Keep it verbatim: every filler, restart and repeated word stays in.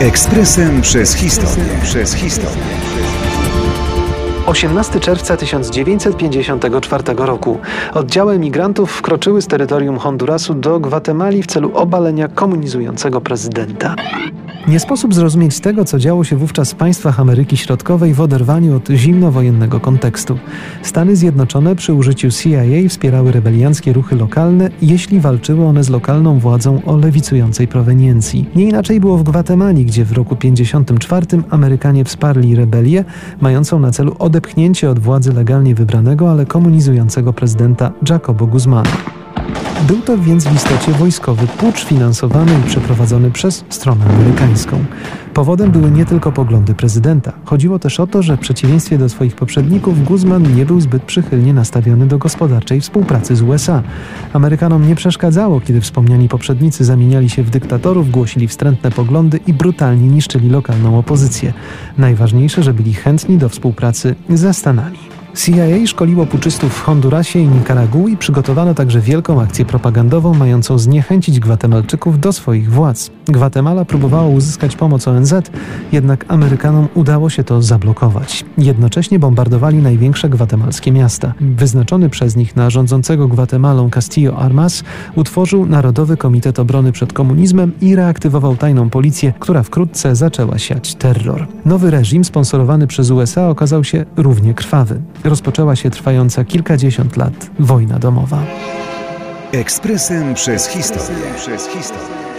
Ekspresem przez historię. Przez historię. osiemnastego czerwca tysiąc dziewięćset pięćdziesiątego czwartego roku oddziały emigrantów wkroczyły z terytorium Hondurasu do Gwatemali w celu obalenia komunizującego prezydenta. Nie sposób zrozumieć tego, co działo się wówczas w państwach Ameryki Środkowej w oderwaniu od zimnowojennego kontekstu. Stany Zjednoczone przy użyciu C I A wspierały rebelianckie ruchy lokalne, jeśli walczyły one z lokalną władzą o lewicującej proweniencji. Nie inaczej było w Gwatemali, gdzie w roku pięćdziesiątym czwartym Amerykanie wsparli rebelię, mającą na celu odepchnięcie od władzy legalnie wybranego, ale komunizującego prezydenta Jacobo Guzmana. Był to więc w istocie wojskowy pucz finansowany i przeprowadzony przez stronę amerykańską. Powodem były nie tylko poglądy prezydenta. Chodziło też o to, że w przeciwieństwie do swoich poprzedników Guzman nie był zbyt przychylnie nastawiony do gospodarczej współpracy z U S A. Amerykanom nie przeszkadzało, kiedy wspomniani poprzednicy zamieniali się w dyktatorów, głosili wstrętne poglądy i brutalnie niszczyli lokalną opozycję. Najważniejsze, że byli chętni do współpracy ze Stanami. C I A szkoliło puczystów w Hondurasie i Nikaragui i przygotowano także wielką akcję propagandową mającą zniechęcić Gwatemalczyków do swoich władz. Gwatemala próbowała uzyskać pomoc O N Z, jednak Amerykanom udało się to zablokować. Jednocześnie bombardowali największe gwatemalskie miasta. Wyznaczony przez nich na rządzącego Gwatemalą Castillo Armas utworzył Narodowy Komitet Obrony przed Komunizmem i reaktywował tajną policję, która wkrótce zaczęła siać terror. Nowy reżim sponsorowany przez U S A okazał się równie krwawy. Rozpoczęła się trwająca kilkadziesiąt lat wojna domowa. Ekspresem przez historię. Przez historię.